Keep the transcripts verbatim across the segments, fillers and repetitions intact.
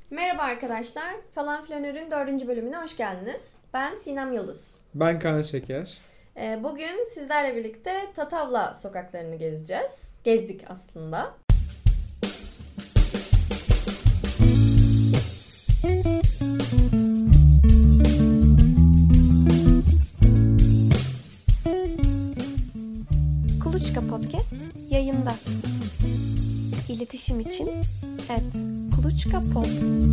Merhaba arkadaşlar. Falan Flanör'ün dördüncü bölümüne hoş geldiniz. Ben Sinem Yıldız. Ben Kaan Şeker. Ee, bugün sizlerle birlikte Tatavla sokaklarını gezeceğiz. Gezdik aslında. Kuluçka Podcast yayında. İletişim için et kuluçkapod.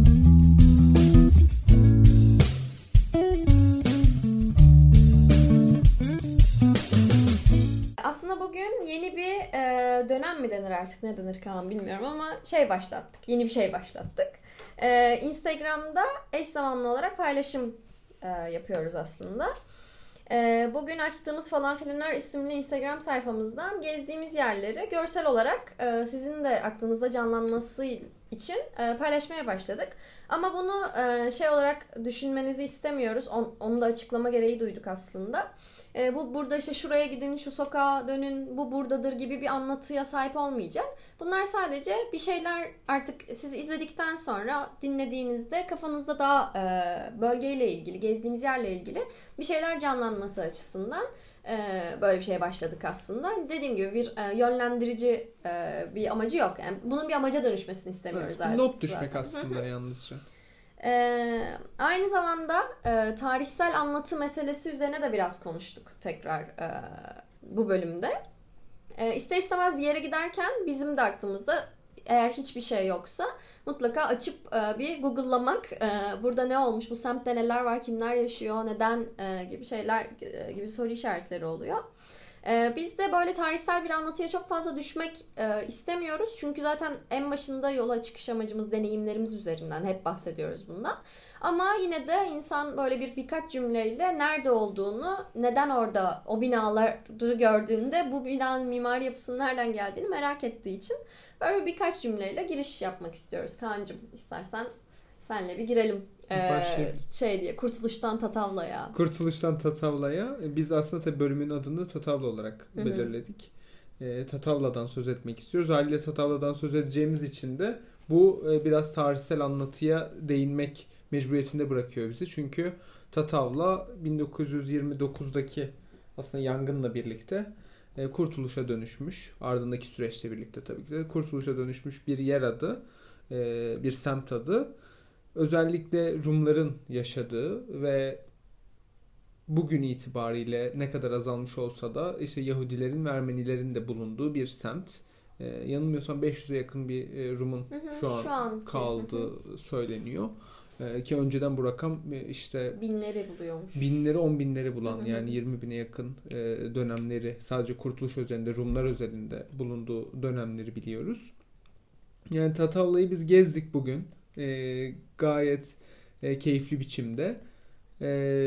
Aslında bugün yeni bir e, dönem mi denir artık, ne denir Kaan bilmiyorum ama şey başlattık. Yeni bir şey başlattık. E, Instagram'da eş zamanlı olarak paylaşım e, yapıyoruz aslında. E, bugün açtığımız Falan Flanör isimli Instagram sayfamızdan gezdiğimiz yerleri görsel olarak e, sizin de aklınızda canlanması için e, paylaşmaya başladık. Ama bunu e, şey olarak düşünmenizi istemiyoruz. On, onu da açıklama gereği duyduk aslında. E, bu burada işte şuraya gidin, şu sokağa dönün, bu buradadır gibi bir anlatıya sahip olmayacak. Bunlar sadece bir şeyler artık siz izledikten sonra dinlediğinizde kafanızda daha e, bölgeyle ilgili, gezdiğimiz yerle ilgili bir şeyler canlanması açısından e, böyle bir şeye başladık aslında. Dediğim gibi bir e, yönlendirici e, bir amacı yok. Yani bunun bir amaca dönüşmesini istemiyoruz Evet, zaten. not düşmek aslında yalnızca. Ee, aynı zamanda e, tarihsel anlatı meselesi üzerine de biraz konuştuk tekrar e, bu bölümde. E, ister istemez bir yere giderken bizim de aklımızda eğer hiçbir şey yoksa mutlaka açıp e, bir Google'lamak, e, burada ne olmuş, bu semtte neler var, kimler yaşıyor, neden e, gibi şeyler e, gibi soru işaretleri oluyor. Ee, biz de böyle tarihsel bir anlatıya çok fazla düşmek e, istemiyoruz. Çünkü zaten en başında yola çıkış amacımız deneyimlerimiz üzerinden hep bahsediyoruz bundan. Ama yine de insan böyle bir birkaç cümleyle nerede olduğunu, neden orada o binaları gördüğünde bu binanın mimari yapısının nereden geldiğini merak ettiği için böyle birkaç cümleyle giriş yapmak istiyoruz. Kaan'cığım istersen senle bir girelim. Ee, şey diye Kurtuluş'tan Tatavla'ya. Kurtuluş'tan Tatavla'ya. Biz aslında tabii bölümün adını Tatavla olarak Hı-hı. belirledik. E, Tatavla'dan söz etmek istiyoruz. Haliyle Tatavla'dan söz edeceğimiz için de bu e, biraz tarihsel anlatıya değinmek mecburiyetinde bırakıyor bizi. Çünkü Tatavla bin dokuz yüz yirmi dokuzdaki aslında yangınla birlikte e, Kurtuluş'a dönüşmüş. Ardındaki süreçle birlikte tabii ki de Kurtuluş'a dönüşmüş bir yer adı, e, bir semt adı. Özellikle Rumların yaşadığı ve bugün itibariyle ne kadar azalmış olsa da işte Yahudilerin ve Ermenilerin de bulunduğu bir semt. Ee, yanılmıyorsam beş yüze yakın bir e, Rum'un hı hı, şu an, şu an kaldığı hı hı. söyleniyor. Ee, ki önceden bu rakam işte binleri buluyormuş. Binleri, on binleri bulan hı hı. yani yirmi bine yakın e, dönemleri sadece Kurtuluş özelinde, Rumlar özelinde bulunduğu dönemleri biliyoruz. Yani Tatavla'yı biz gezdik bugün. E, gayet e, keyifli biçimde. E,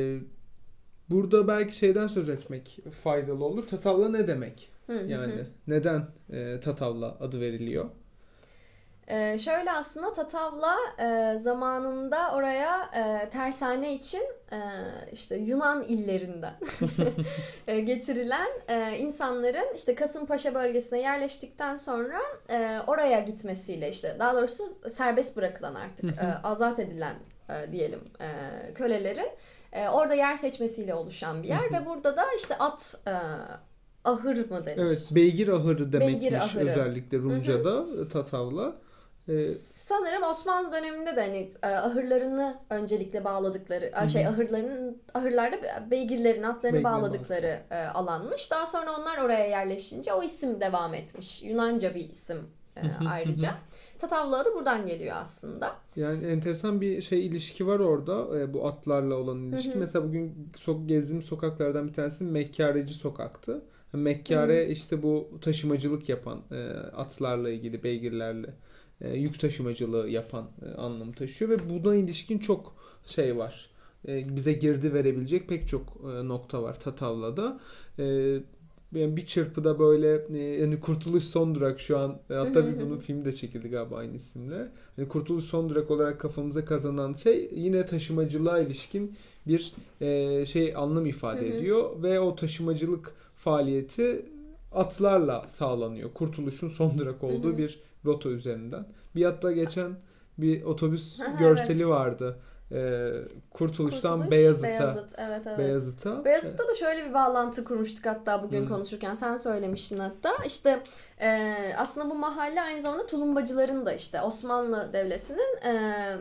burada belki şeyden söz etmek faydalı olur. Tatavla ne demek? Hı hı. Yani neden e, Tatavla adı veriliyor? Ee, şöyle aslında Tatavla e, zamanında oraya e, tersane için e, işte Yunan illerinden e, getirilen e, insanların işte Kasımpaşa bölgesine yerleştikten sonra e, oraya gitmesiyle işte daha doğrusu serbest bırakılan artık e, azat edilen e, diyelim e, kölelerin e, orada yer seçmesiyle oluşan bir yer ve burada da işte at e, ahır mı denir? Evet, beygir ahırı demekmiş beygir ahırı. Özellikle Rumca'da Tatavla. Ee, Sanırım Osmanlı döneminde de hani ahırlarını öncelikle bağladıkları hı hı. şey ahırların ahırlarda beygirlerin atlarını Beygir bağladıkları var. alanmış. Daha sonra onlar oraya yerleşince o isim devam etmiş. Yunanca bir isim ayrıca. Tatavla adı buradan geliyor aslında. Yani enteresan bir şey ilişki var orada bu atlarla olan ilişki. Hı hı. Mesela bugün so- gezdiğim sokaklardan bir tanesi Mekkareci sokaktı. Mekkare hı hı. işte bu taşımacılık yapan atlarla ilgili beygirlerle E, yük taşımacılığı yapan e, anlamı taşıyor ve buna ilişkin çok şey var. E, bize girdi verebilecek pek çok e, nokta var Tatavla'da. E, yani bir çırpıda böyle e, yani Kurtuluş Son Durak şu an e, hatta bir bunun filmi de çekildi galiba aynı isimle. Yani Kurtuluş Son Durak olarak kafamıza kazanan şey yine taşımacılığa ilişkin bir e, şey anlam ifade ediyor ve o taşımacılık faaliyeti atlarla sağlanıyor. Kurtuluş'un son durak olduğu hı hı. bir rota üzerinden. Bir hatta geçen bir otobüs Aha, görseli evet. vardı. Ee, Kurtuluş'tan Kurtuluş, Beyazıt'a. Beyazıt, evet evet. Beyazıt'a. Beyazıt'ta da şöyle bir bağlantı kurmuştuk hatta bugün Hı. konuşurken, sen söylemiştin hatta. İşte e, aslında bu mahalle aynı zamanda tulumbacıların da, işte Osmanlı Devleti'nin e,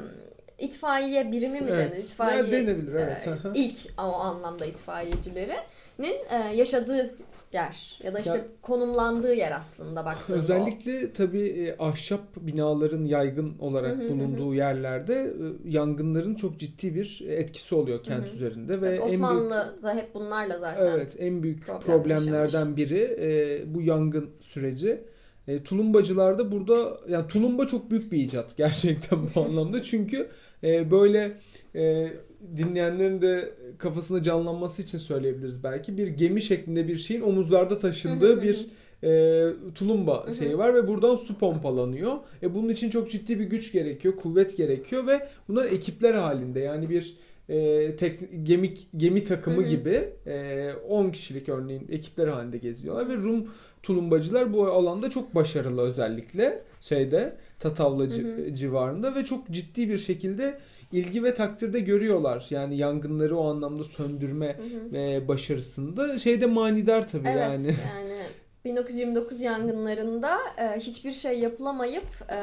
itfaiye birimi mi Evet. denir? İtfaiye, Ya denebilir, evet. e, Aha. ilk o anlamda itfaiyecilerinin e, yaşadığı yer ya da işte Ya- konumlandığı yer aslında baktığında. Özellikle tabii e, ahşap binaların yaygın olarak Hı hı hı. bulunduğu yerlerde e, yangınların çok ciddi bir etkisi oluyor kent Hı hı. üzerinde ve Tabii en büyük Osmanlı da hep bunlarla zaten. evet en büyük problem problemlerden biri e, bu yangın süreci. E, tulumbacılarda burada, yani tulumba çok büyük bir icat gerçekten bu anlamda. Çünkü e, böyle e, dinleyenlerin de kafasında canlanması için söyleyebiliriz belki. Bir gemi şeklinde bir şeyin omuzlarda taşındığı bir e, tulumba şeyi var ve buradan su pompalanıyor. E, bunun için çok ciddi bir güç gerekiyor, kuvvet gerekiyor ve bunlar ekipler halinde, yani bir e, tek, gemi gemi takımı Hı hı. gibi e, on kişilik örneğin ekipler halinde geziyorlar ve Rum tulumbacılar bu alanda çok başarılı, özellikle şeyde Tatavla Hı hı. civarında ve çok ciddi bir şekilde ilgi ve takdirde görüyorlar. Yani yangınları o anlamda söndürme Hı hı. e, başarısında şeyde manidar tabii Evet, yani. yani bin dokuz yüz yirmi dokuz yangınlarında e, hiçbir şey yapılamayıp e,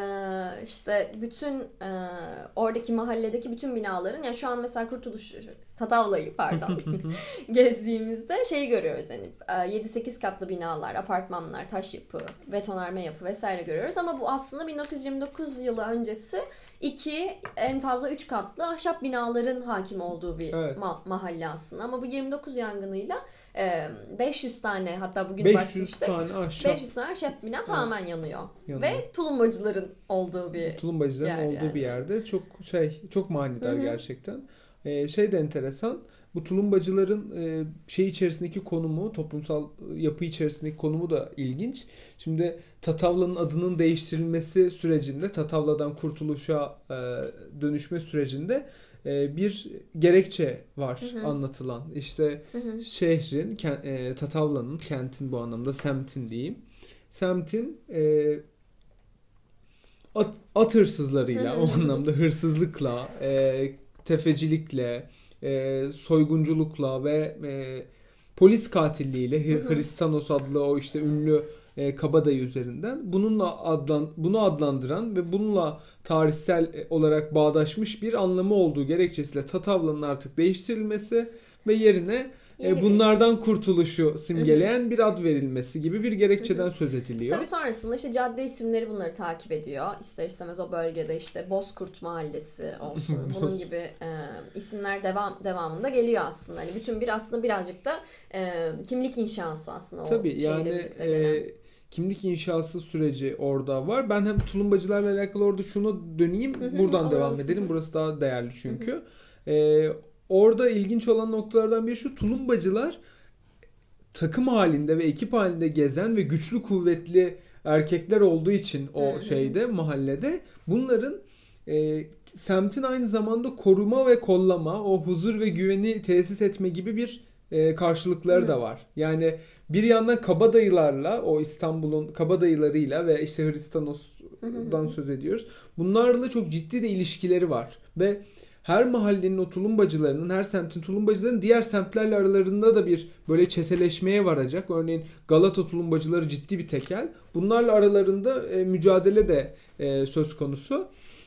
işte bütün e, oradaki mahalledeki bütün binaların, yani şu an mesela Kurtuluş Tatavla'yı pardon gezdiğimizde şeyi görüyoruz, hani e, yedi sekiz katlı binalar, apartmanlar, taş yapı, betonarme yapı vesaire görüyoruz ama bu aslında bin dokuz yüz yirmi dokuz yılı öncesi iki, en fazla üç katlı ahşap binaların hakim olduğu bir Evet. ma- mahalle aslında, ama bu yirmi dokuz yangınıyla e, beş yüz tane, hatta bugün beş yüz bakmıştık, tane ahşap beş yüz tane ahşap bina tamamen yanıyor. yanıyor. Ve tulumbacıların olduğu bir Tulumbacıların yer olduğu yani. bir yerde çok şey, çok manidar Hı hı. gerçekten. Ee, şey de enteresan. Bu tulumbacıların e, şey içerisindeki konumu, toplumsal yapı içerisindeki konumu da ilginç. Şimdi Tatavla'nın adının değiştirilmesi sürecinde, Tatavla'dan Kurtuluş'a e, dönüşme sürecinde e, bir gerekçe var Hı hı. anlatılan. İşte Hı hı. şehrin, ke- e, Tatavla'nın, kentin bu anlamda semtin diyeyim. Semtin e, at, at hırsızlarıyla, Hı hı. o anlamda hırsızlıkla, e, tefecilikle, e, soygunculukla ve e, polis katilliğiyle, Hı hı. Hristanos adlı o işte ünlü e, kabadayı üzerinden bununla adlan bunu adlandıran ve bununla tarihsel olarak bağdaşmış bir anlamı olduğu gerekçesiyle Tatavla'nın artık değiştirilmesi ve yerine Yeni e, bir bunlardan kurtuluşu simgeleyen bir ad verilmesi gibi bir gerekçeden söz ediliyor. Tabii sonrasında işte cadde isimleri bunları takip ediyor. İster istemez o bölgede işte Bozkurt Mahallesi olsun. Bunun gibi e, isimler devam devamında geliyor aslında. Hani bütün bir aslında birazcık da e, kimlik inşası aslında o Tabii şeyle yani birlikte gelen. e, kimlik inşası süreci orada var. Ben hem tulumbacılarla alakalı orada şunu döneyim. Hı hı, Buradan olur, devam olur. edelim. Burası daha değerli çünkü. E, orada ilginç olan noktalardan biri şu: tulumbacılar takım halinde ve ekip halinde gezen ve güçlü kuvvetli erkekler olduğu için o Hı hı. şeyde, mahallede bunların e, semtin aynı zamanda koruma ve kollama, o huzur ve güveni tesis etme gibi bir e, karşılıkları Hı. da var. Yani bir yandan kabadayılarla, o İstanbul'un kabadayılarıyla ve işte Hristanos'dan söz ediyoruz. Bunlarla çok ciddi de ilişkileri var ve her mahallenin o tulumbacılarının, her semtin tulumbacılarının diğer semtlerle aralarında da bir böyle çeteleşmeye varacak. Örneğin Galata tulumbacıları ciddi bir tekel. Bunlarla aralarında e, mücadele de e, söz konusu.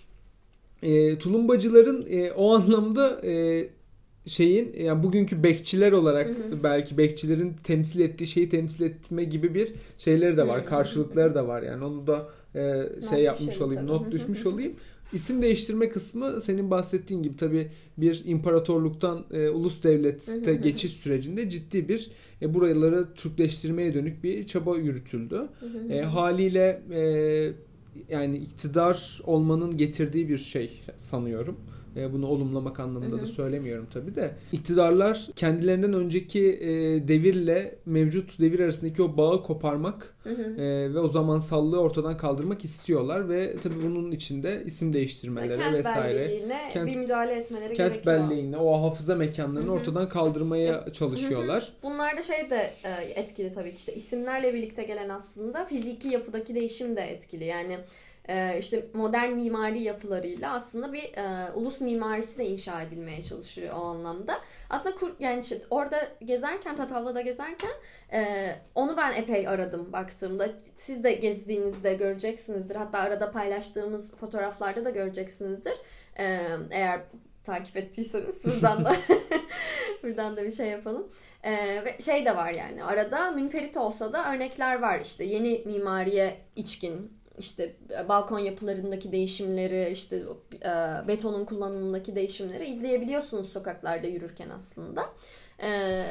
E, tulumbacıların e, o anlamda e, şeyin, yani bugünkü bekçiler olarak, hı hı, belki bekçilerin temsil ettiği şeyi temsil etme gibi bir şeyleri de var. Hı hı. Karşılıkları da var. Yani onu da e, şey yapmış olayım, tabii. Not düşmüş olayım. İsim değiştirme kısmı senin bahsettiğin gibi tabii bir imparatorluktan e, ulus devlete geçiş sürecinde ciddi bir e, buraları Türkleştirmeye dönük bir çaba yürütüldü. E, haliyle e, yani iktidar olmanın getirdiği bir şey sanıyorum. E, bunu olumlamak anlamında, hı hı, da söylemiyorum tabii de. İktidarlar kendilerinden önceki e, devirle mevcut devir arasındaki o bağı koparmak, hı hı, e, ve o zamansallığı ortadan kaldırmak istiyorlar ve tabii bunun içinde isim değiştirmeleri kent vesaire. belleğine kent, bir müdahale etmeleri kent gerekiyor. Kent belleğine, o hafıza mekanlarını, hı hı, ortadan kaldırmaya, hı hı, çalışıyorlar. Hı hı. Bunlar da şey de etkili tabii ki, işte isimlerle birlikte gelen aslında fiziki yapıdaki değişim de etkili. Yani e, işte modern mimari yapılarıyla aslında bir e, ulus mimarisi de inşa edilmeye çalışıyor o anlamda. Aslında kur, yani işte orada gezerken, Tatavla'da gezerken e, onu ben epey aradım baktığımda. Siz de gezdiğinizde göreceksinizdir. Hatta arada paylaştığımız fotoğraflarda da göreceksinizdir. E, eğer takip ettiyseniz buradan da buradan da bir şey yapalım. Ee, ve şey de var yani arada münferit olsa da örnekler var işte yeni mimariye içkin işte balkon yapılarındaki değişimleri işte e, betonun kullanımındaki değişimleri izleyebiliyorsunuz sokaklarda yürürken aslında. Ee,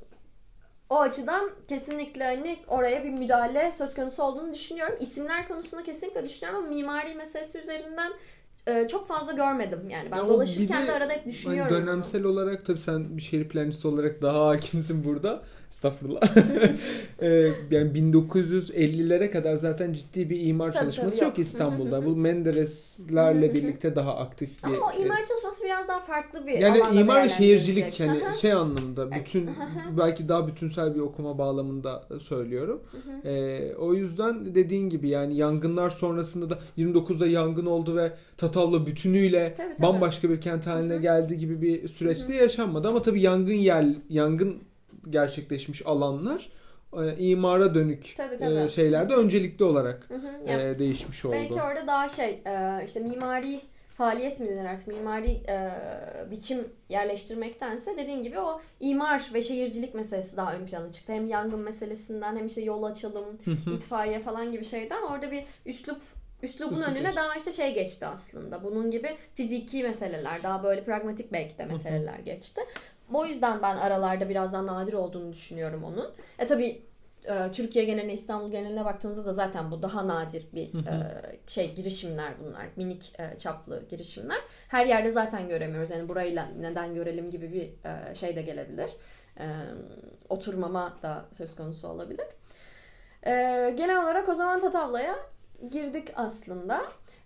o açıdan kesinlikle hani oraya bir müdahale söz konusu olduğunu düşünüyorum. İsimler konusunda kesinlikle düşünüyorum ama mimari meselesi üzerinden çok fazla görmedim yani. Ben ya dolaşırken de arada hep düşünüyorum. Yani dönemsel onu. Olarak tabii sen bir şehir plancısı olarak daha hakimsin burada. Estağfurullah. Yani bin dokuz yüz ellilere kadar zaten ciddi bir imar tabii, çalışması tabii, yok. yok İstanbul'da. Bu Mendereslerle birlikte daha aktif bir... Ama o imar çalışması biraz daha farklı bir yani alanda imar ve şehircilik yani şey anlamında bütün belki daha bütünsel bir okuma bağlamında söylüyorum. ee, o yüzden dediğin gibi yani yangınlar sonrasında da yirmi dokuzda yangın oldu ve Tatavla bütünüyle tabii, tabii. bambaşka bir kent haline geldi gibi bir süreçte yaşanmadı. Ama tabii yangın yer, yangın gerçekleşmiş alanlar e, imara dönük tabii, tabii. E, şeylerde öncelikli olarak hı hı, e, değişmiş oldu. Belki orada daha şey e, işte mimari faaliyet mi denir artık mimari e, biçim yerleştirmektense dediğin gibi o imar ve şehircilik meselesi daha ön plana çıktı. Hem yangın meselesinden hem işte yol açalım, itfaiye falan gibi şeyden orada bir üslup Üslubun Üslup önüne daha işte şey geçti aslında. Bunun gibi fiziki meseleler, daha böyle pragmatik belki de meseleler geçti. O yüzden ben aralarda biraz daha nadir olduğunu düşünüyorum onun. E tabii e, Türkiye geneline, İstanbul geneline baktığımızda da zaten bu daha nadir bir e, şey girişimler bunlar. Minik e, çaplı girişimler. Her yerde zaten göremiyoruz. Yani burayla neden görelim gibi bir e, şey de gelebilir. E, oturmama da söz konusu olabilir. E, genel olarak o zaman Tatavla'ya girdik aslında.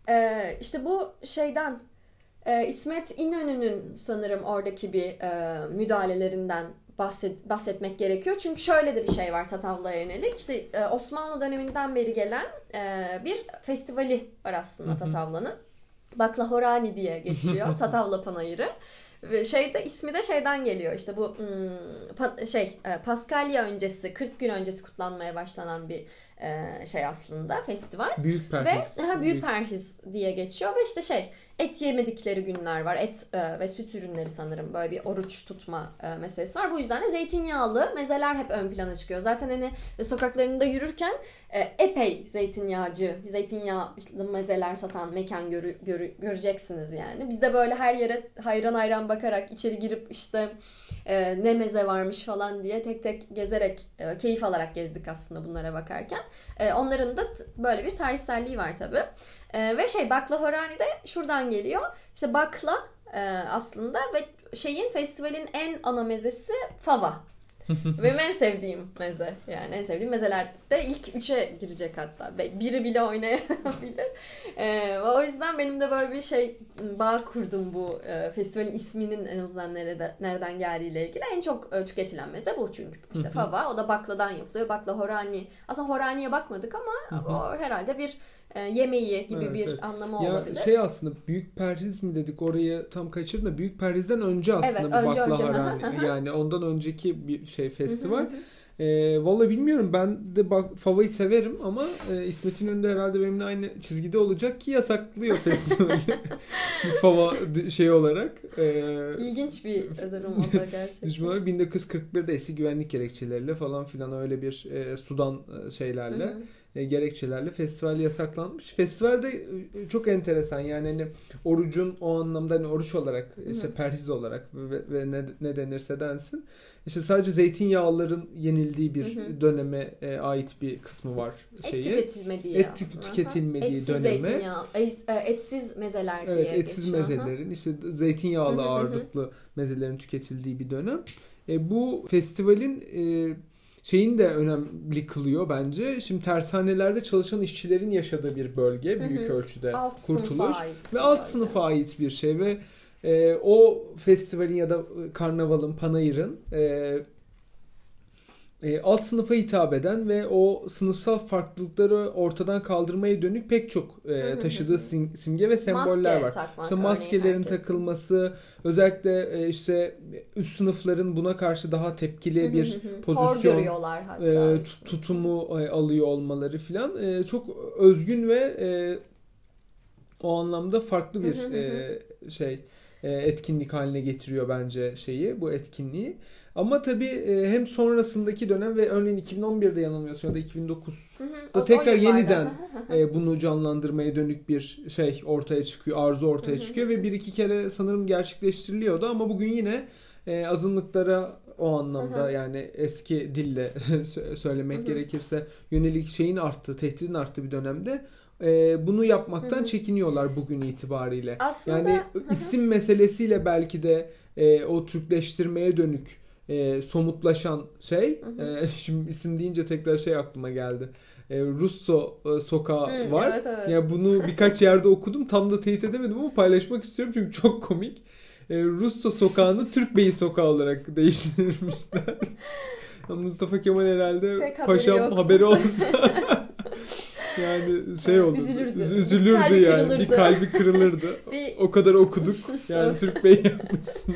Ee, işte bu şeyden e, İsmet İnönü'nün sanırım oradaki bir e, müdahalelerinden bahset, bahsetmek gerekiyor. Çünkü şöyle de bir şey var Tatavla'ya yönelik. İşte e, Osmanlı döneminden beri gelen e, bir festivali var aslında Tatavla'nın. Baklahorani diye geçiyor. Tatavla Panayırı. Ve şeyde ismi de şeyden geliyor. İşte bu hmm, pa, şey e, Paskalya öncesi kırk gün öncesi kutlanmaya başlanan bir e, şey aslında festival. Büyük perhiz. Ve ha, büyük perhiz diye geçiyor ve işte şey et yemedikleri günler var. Et e, ve süt ürünleri sanırım böyle bir oruç tutma e, meselesi var. Bu yüzden de zeytinyağlı mezeler hep ön plana çıkıyor. Zaten hani sokaklarında yürürken e, epey zeytinyağcı, zeytinyağlı mezeler satan mekan görü, görü, göreceksiniz yani. Biz de böyle her yere hayran hayran bakarak içeri girip işte e, ne meze varmış falan diye tek tek gezerek e, keyif alarak gezdik aslında bunlara bakarken. E, onların da t- böyle bir tarihselliği var tabii. E, ve şey Baklahorani de şuradan geliyor. İşte bakla e, aslında ve şeyin festivalin en ana mezesi fava. Benim en sevdiğim meze. Yani en sevdiğim mezelerde ilk üçe girecek hatta. Biri bile oynayabilir. Ee, o yüzden benim de böyle bir şey bağ kurdum bu e, festivalin isminin en azından nerede, nereden geldiğiyle ilgili. En çok e, tüketilen meze bu çünkü. İşte fava. O da bakladan yapılıyor. Bakla horani. Aslında horaniye bakmadık ama o herhalde bir e, yemeği gibi evet, bir evet. anlamı ya olabilir. Şey aslında büyük perhiz mi dedik orayı tam kaçırdım da büyük perhizden önce aslında evet, bu önce, bakla önce. horani. Yani ondan önceki bir şey festival. E, Valla bilmiyorum ben de bak, Fava'yı severim ama e, İsmet İnönü herhalde benimle aynı çizgide olacak ki yasaklıyor festivali. Fava şey olarak. E, İlginç bir durum o da gerçekten. bin dokuz yüz kırk birde eski güvenlik gerekçeleriyle falan filan öyle bir e, Sudan şeylerle hı hı. E, gerekçelerle festival yasaklanmış. Festival de e, çok enteresan yani hani orucun o anlamda hani oruç olarak işte perhiz olarak ve, ve ne, ne denirse densin. İşte sadece zeytinyağların yenildiği bir hı hı. döneme e, ait bir kısmı var şeyi. Et tüketilmediği Et aslında. tüketilmediği etsiz döneme. Zeytinyağı, etsiz mezeler diye evet, etsiz geçiyor. mezelerin işte zeytinyağlı ağırlıklı mezelerin tüketildiği bir dönem. E, bu festivalin e, şeyin de önemli kılıyor bence. Şimdi tersanelerde çalışan işçilerin yaşadığı bir bölge büyük hı hı. ölçüde alt kurtuluş ve alt bölge. Sınıfa ait bir şey ve e, o festivalin ya da karnavalın, panayırın e, e, alt sınıfa hitap eden ve o sınıfsal farklılıkları ortadan kaldırmaya dönük pek çok e, taşıdığı sim- simge ve semboller Maske var. takmak, İşte maskelerin herkesin takılması, özellikle e, işte üst sınıfların buna karşı daha tepkili bir pozisyon, görüyorlar hatta. e, tutumu e, alıyor olmaları filan e, çok özgün ve e, o anlamda farklı bir e, şey e, etkinlik haline getiriyor bence şeyi, bu etkinliği. Ama tabii e, hem sonrasındaki dönem ve örneğin iki bin on birde yanılmıyorsam ya da iki bin dokuzda tekrar yeniden e, bunu canlandırmaya dönük bir şey ortaya çıkıyor, arzu ortaya çıkıyor ve bir iki kere sanırım gerçekleştiriliyordu ama bugün yine e, azınlıklara o anlamda yani eski dille söylemek gerekirse yönelik şeyin arttığı, tehditin arttığı bir dönemde e, bunu yapmaktan hı hı. çekiniyorlar bugün itibariyle. Aslında, yani hı hı. isim meselesiyle belki de e, o Türkleştirmeye dönük e, somutlaşan şey. Hı hı. E, şimdi isim deyince tekrar şey aklıma geldi. E, Russo e, sokağı hı, var. Evet, evet. Yani bunu birkaç yerde okudum. Tam da teyit edemedim ama paylaşmak istiyorum çünkü çok komik. E, Russo sokağını Türkbeyi sokağı olarak değiştirmişler. Mustafa Kemal herhalde Pek paşam haberi, haberi olsa yani şey oldu. Üzülürdü. Üzülürdü kalbi yani. Kırılırdı. Bir kalbi kırılırdı. bir... O kadar okuduk. Yani Türk Bey yapmışsınız.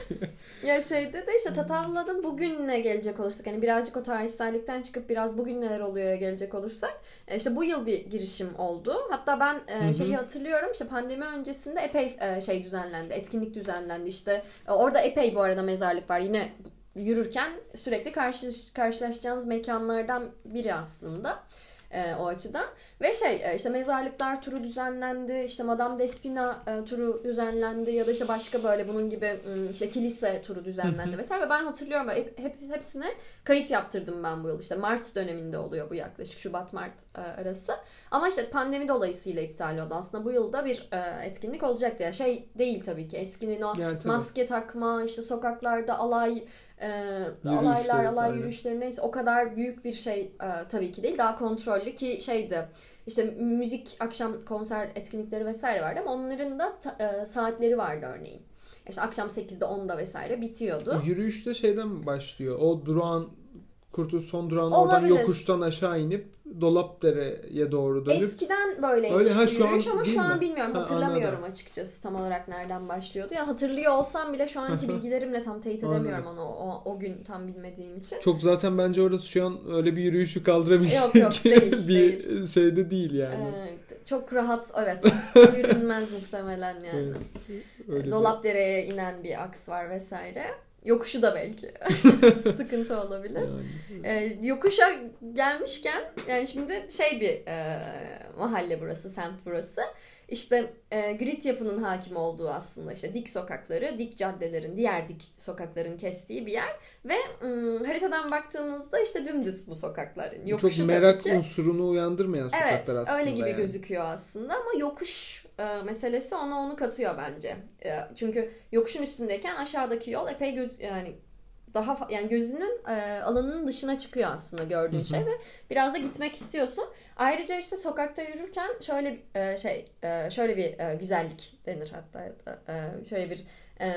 Ya şeyde de işte Tatavla'nın bugününe gelecek olursak hani birazcık o tarihsellikten çıkıp biraz bugün neler oluyor'a gelecek olursak işte bu yıl bir girişim oldu. Hatta ben e, şeyi hatırlıyorum işte pandemi öncesinde epey e, şey düzenlendi. Etkinlik düzenlendi. İşte e, orada epey bu arada mezarlık var. Yine yürürken sürekli karşı, karşılaşacağınız mekanlardan biri aslında. E, o açıdan. Ve şey işte mezarlıklar turu düzenlendi. İşte Madame Despina e, turu düzenlendi. Ya da işte başka böyle bunun gibi işte kilise turu düzenlendi vesaire. Ve ben hatırlıyorum hep, hep hepsine kayıt yaptırdım ben bu yıl. İşte Mart döneminde oluyor bu yaklaşık. Şubat-Mart e, arası. Ama işte pandemi dolayısıyla iptal oldu. Aslında bu yılda bir e, etkinlik olacaktı. Yani şey değil tabii ki. Eskinin o yani, maske takma, işte sokaklarda alay E, alaylar, alay aynen. yürüyüşleri neyse o kadar büyük bir şey e, tabii ki değil. Daha kontrollü ki şeydi işte müzik akşam konser etkinlikleri vesaire vardı ama onların da ta, e, saatleri vardı örneğin. İşte akşam sekizde onda vesaire bitiyordu. Yürüyüşte şeyden başlıyor. O durağın Kurtuluş son durağın oradan yokuştan aşağı inip Dolapdere'ye doğru dönüp. Eskiden böyleymiş öyle, ha, bir yürüyüş ama şu mi? an bilmiyorum. Ha, hatırlamıyorum anladım. Açıkçası tam olarak nereden başlıyordu. Ya hatırlıyor olsam bile şu anki bilgilerimle tam teyit edemiyorum onu o, o gün tam bilmediğim için. Çok zaten bence orası şu an öyle bir yürüyüşü kaldırabilecek yok, yok, değil, bir değil. şeyde değil yani. Ee, çok rahat evet. Yürünmez muhtemelen yani. Evet, Dolapdere'ye inen bir aks var vesaire. Yokuşu da belki sıkıntı olabilir. Yani. Ee, yokuşa gelmişken yani şimdi şey bir e, mahalle burası, semt burası. İşte e, grid yapının hakim olduğu aslında işte dik sokakları, dik caddelerin, diğer dik sokakların kestiği bir yer ve ım, haritadan baktığınızda işte dümdüz bu sokakların. Yokuşu çok merak unsurunu uyandırmayan sokaklar evet, aslında. Evet, öyle gibi yani. gözüküyor aslında ama yokuş e, meselesi ona onu katıyor bence. E, çünkü yokuşun üstündeyken aşağıdaki yol epey göz yani daha yani gözünün e, alanının dışına çıkıyor aslında gördüğün şey ve biraz da gitmek istiyorsun. Ayrıca işte sokakta yürürken şöyle e, şey e, şöyle bir e, güzellik denir hatta e, şöyle bir e,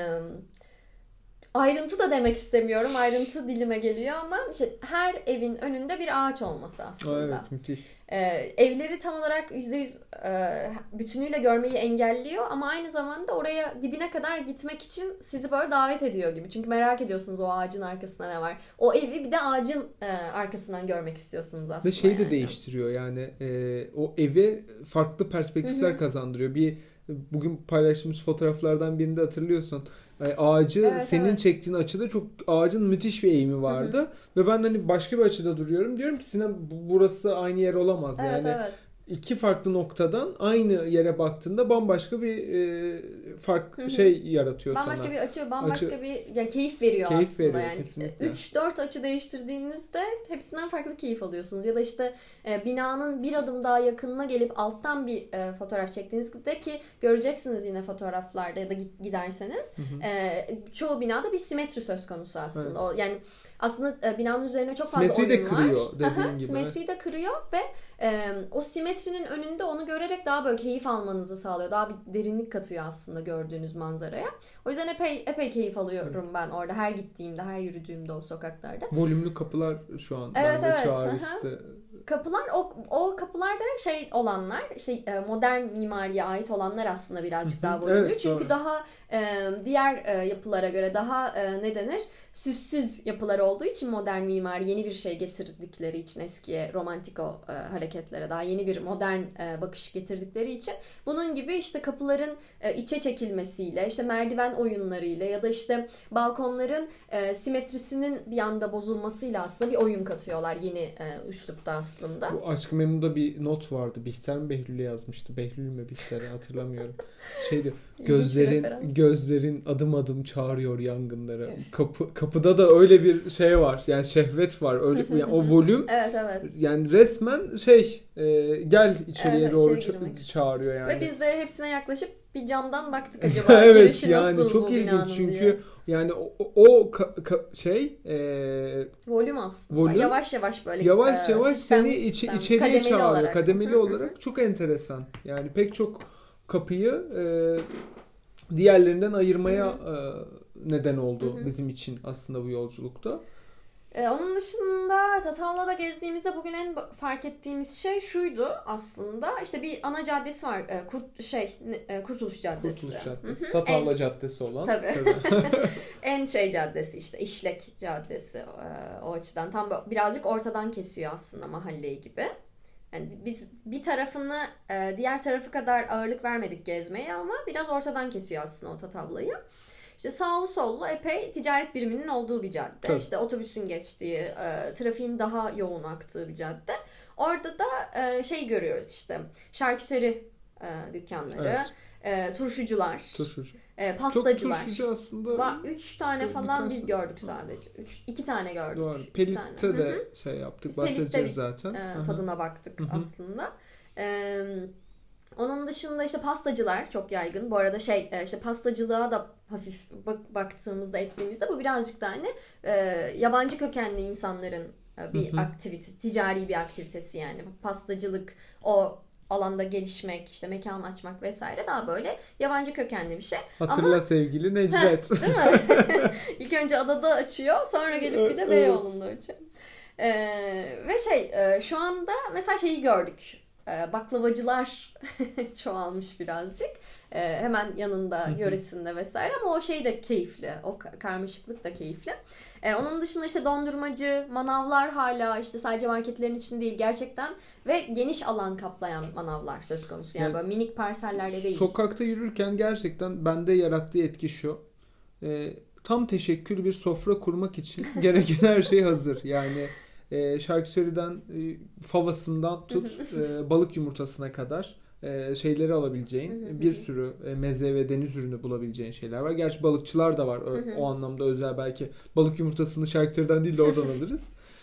ayrıntı da demek istemiyorum. Ayrıntı dilime geliyor ama işte her evin önünde bir ağaç olması aslında. Evet, müthiş. Ee, evleri tam olarak yüzde yüz e, bütünüyle görmeyi engelliyor ama aynı zamanda oraya dibine kadar gitmek için sizi böyle davet ediyor gibi. Çünkü merak ediyorsunuz o ağacın arkasında ne var. O evi bir de ağacın e, arkasından görmek istiyorsunuz aslında. Ve şeyi yani. de değiştiriyor yani e, o eve farklı perspektifler Hı-hı. kazandırıyor. Bir bugün paylaştığımız fotoğraflardan birinde hatırlıyorsun. Ağacı evet, senin evet. çektiğin açıda çok ağacın müthiş bir eğimi vardı. Hı hı. Ve ben hani başka bir açıda duruyorum. Diyorum ki Sinem burası aynı yer olamaz. Evet, yani evet. iki farklı noktadan aynı yere baktığında bambaşka bir e, fark hı hı. şey yaratıyor bambaşka sana. Bambaşka bir açı, bambaşka açı, bir yani keyif veriyor keyif aslında veriyor, yani. üç dört açı değiştirdiğinizde hepsinden farklı keyif alıyorsunuz. Ya da işte e, binanın bir adım daha yakınına gelip alttan bir e, fotoğraf çektiğinizde ki göreceksiniz yine fotoğraflarda ya da giderseniz hı hı. E, çoğu binada bir simetri söz konusu aslında. Evet. O yani aslında e, binanın üzerine çok fazla simetriyi oyun de kırıyor, var. Aha, gibi. Simetriyi de kırıyor ve e, o simetri metrinin önünde onu görerek daha böyle keyif almanızı sağlıyor. Daha bir derinlik katıyor aslında gördüğünüz manzaraya. O yüzden epey epey keyif alıyorum ben orada her gittiğimde, her yürüdüğümde o sokaklarda. Volümlü kapılar şu an evet, bende evet. çağrı işte. Kapılar o o kapılarda şey olanlar işte modern mimariye ait olanlar aslında birazcık daha volümlü. Evet, çünkü doğru. daha e, diğer e, yapılara göre daha e, ne denir? Süssüz yapılar olduğu için modern mimari yeni bir şey getirdikleri için eskiye romantiko e, hareketlere daha yeni bir modern e, bakış getirdikleri için bunun gibi işte kapıların e, içe çekilmesiyle işte merdiven oyunlarıyla ya da işte balkonların e, simetrisinin bir anda bozulmasıyla aslında bir oyun katıyorlar yeni e, üslupta aslında. Bu Aşk-ı Memnu'da bir not vardı. Bihter mi Behlül'e yazmıştı? Behlül mü Bihter'e hatırlamıyorum. Şeydi gözlerin gözlerin adım adım çağırıyor yangınlara. Yes. Kapı kapıda da öyle bir şey var. Yani şehvet var. Öyle yani o volüm. Evet evet. Yani resmen şey e, gel içeriye evet, doğru içeri ç- çağırıyor yani. Ve biz de hepsine yaklaşıp bir camdan baktık acaba evet, girişi yani nasıl çok bu ilginç binanın çünkü diye. yani o, o ka, ka, şey e, volüm aslında. Volüm, yavaş yavaş böyle yavaş e, yavaş sistem, seni iç, sistem, içeriye kademeli çağırıyor. olarak. Kademeli olarak çok enteresan. Yani pek çok kapıyı e, diğerlerinden ayırmaya e, neden oldu hı hı. bizim için aslında bu yolculukta. Ee, onun dışında Tatavla'da gezdiğimizde bugün en fark ettiğimiz şey şuydu aslında. İşte bir ana caddesi var. E, Kurt şey e, Kurtuluş Caddesi. Kurtuluş Caddesi. Hı-hı. Tatavla en, Caddesi olan. Tabii. en şey caddesi işte İşlek Caddesi e, o açıdan. Tam birazcık ortadan kesiyor aslında mahalleyi gibi. Yani biz bir tarafını e, diğer tarafı kadar ağırlık vermedik gezmeye ama biraz ortadan kesiyor aslında o Tatavla'yı. İşte sağlı sollu epey ticaret biriminin olduğu bir cadde. Tabii. İşte otobüsün geçtiği, e, trafiğin daha yoğun aktığı bir cadde. Orada da e, şey görüyoruz işte şarküteri e, dükkanları, evet. e, turşucular, Turşucu. e, pastacılar. Çok turşucu aslında. Va, üç tane falan biz gördük sadece. Üç, iki tane gördük. Doğru. Pelit'te de Hı-hı. şey yaptık, biz bahsedeceğiz zaten. E, tadına baktık Hı-hı. aslında. Evet. Onun dışında işte pastacılar çok yaygın. Bu arada şey işte pastacılığa da hafif bak, baktığımızda ettiğimizde bu birazcık da hani e, yabancı kökenli insanların bir hı hı. aktivitesi, ticari bir aktivitesi yani. Pastacılık o alanda gelişmek, işte mekan açmak vesaire daha böyle yabancı kökenli bir şey. Hatırla Ama, sevgili Necdet. Değil mi? İlk önce adada açıyor, sonra gelip bir de Beyoğlu'nda açıyor. Ee, ve şey e, şu anda mesela şeyi gördük. Baklavacılar çoğalmış birazcık. Ee, hemen yanında, yöresinde vesaire ama o şey de keyifli. O karmaşıklık da keyifli. Ee, onun dışında işte dondurmacı, manavlar hala işte sadece marketlerin içinde değil gerçekten ve geniş alan kaplayan manavlar söz konusu. Yani, yani böyle minik parsellerde değil. Sokakta yürürken gerçekten bende yarattığı etki şu. Ee, tam teşekkül bir sofra kurmak için gereken her şey hazır. Yani E, şarküteriden e, favasından tut e, balık yumurtasına kadar e, şeyleri alabileceğin bir sürü e, meze ve deniz ürünü bulabileceğin şeyler var. Gerçi balıkçılar da var o, o anlamda özel belki balık yumurtasını şarküteriden değil de oradan alırız.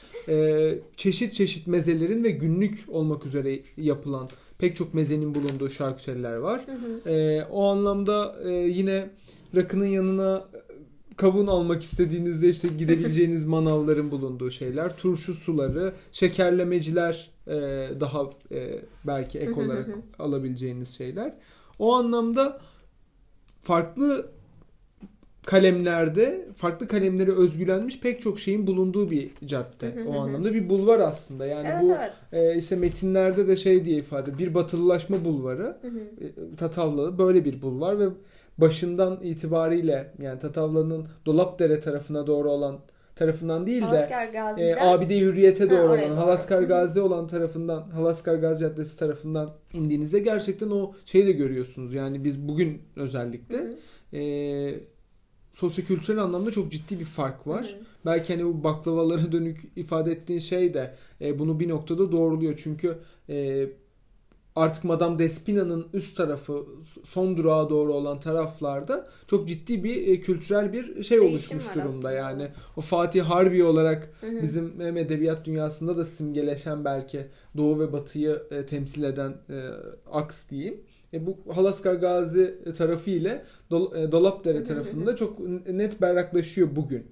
E, çeşit çeşit mezelerin ve günlük olmak üzere yapılan pek çok mezenin bulunduğu şarküteriler var. E, o anlamda e, yine rakının yanına kavun almak istediğinizde işte gidebileceğiniz manavların bulunduğu şeyler, turşu suları, şekerlemeciler e, daha e, belki ek olarak alabileceğiniz şeyler. O anlamda farklı kalemlerde, farklı kalemlere özgülenmiş pek çok şeyin bulunduğu bir cadde. O anlamda bir bulvar aslında. Yani evet, bu evet. E, işte metinlerde de şey diye ifade, bir batılılaşma bulvarı. E, Tatavlalı böyle bir bulvar ve başından itibariyle yani Tatavla'nın Dolapdere tarafına doğru olan tarafından değil de e, Abide Hürriyet'e doğru ha, olan doğru. Halaskar Gazi olan tarafından Halaskar Gazi Caddesi tarafından indiğinizde gerçekten o şeyi de görüyorsunuz. Yani biz bugün özellikle e, sosyokültürel anlamda çok ciddi bir fark var. Hı hı. Belki hani bu baklavalara dönük ifade ettiğin şey de e, bunu bir noktada doğruluyor. Çünkü e, artık Madame Despina'nın üst tarafı son durağa doğru olan taraflarda çok ciddi bir e, kültürel bir şey Değişim oluşmuş durumda. Aslında. Yani o Fatih Harbi olarak hı hı. bizim hem edebiyat dünyasında da simgeleşen belki Doğu ve Batı'yı e, temsil eden e, aks diyeyim. E, bu Halaskar Gazi tarafı ile Dol- e, Dolapdere tarafında çok net berraklaşıyor bugün.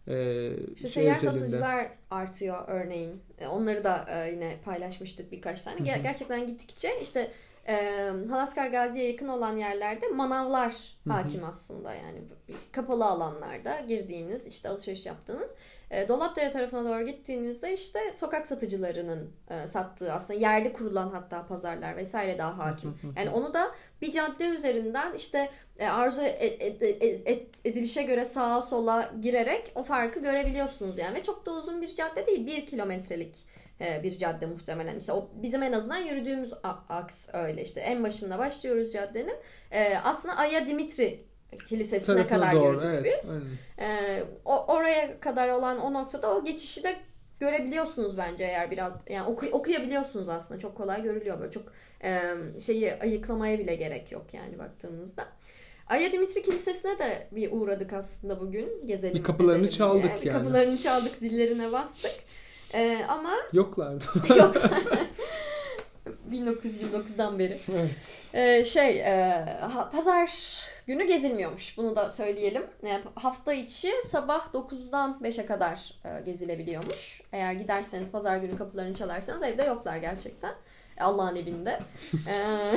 e, İşte şey seyyar özelinde. satıcılar artıyor örneğin. E, Onları da e, yine paylaşmıştık birkaç tane. Ger- gerçekten gittikçe işte e, Halaskar Gazi'ye yakın olan yerlerde manavlar hakim aslında. Yani kapalı alanlarda girdiğiniz, işte alışveriş yaptığınız. E, Dolapdere tarafına doğru gittiğinizde işte sokak satıcılarının e, sattığı, aslında yerde kurulan hatta pazarlar vesaire daha hakim. Yani onu da bir cadde üzerinden işte e, arzu et, et, et, et, edilişe göre sağa sola girerek o farkı görebiliyorsunuz yani. Ve çok da uzun bir cadde değil, bir kilometrelik e, bir cadde muhtemelen. İşte o bizim en azından yürüdüğümüz a- aks öyle, işte en başında başlıyoruz caddenin. E, aslında Aya Dimitri Kilisesi'ne Tarafına kadar doğru, yürüdük evet, biz. aynen. Ee, o, oraya kadar olan o noktada o geçişi de görebiliyorsunuz bence, eğer biraz yani oku, okuyabiliyorsunuz aslında, çok kolay görülüyor, böyle çok e, şeyi ayıklamaya bile gerek yok yani baktığınızda. Aya Dimitri Kilisesi'ne de bir uğradık aslında bugün, gezelim. Bir kapılarını çaldık diye. yani. Bir kapılarını çaldık, zillerine bastık. Ee, ama Yoklardı. yok. bin dokuz yüz yirmi dokuzdan beri. Evet. Ee, şey e, pazar günü gezilmiyormuş. Bunu da söyleyelim. Yani hafta içi sabah dokuzdan beşe kadar e, gezilebiliyormuş. Eğer giderseniz pazar günü kapılarını çalarsanız evde yoklar gerçekten. Allah'ın evinde. ee,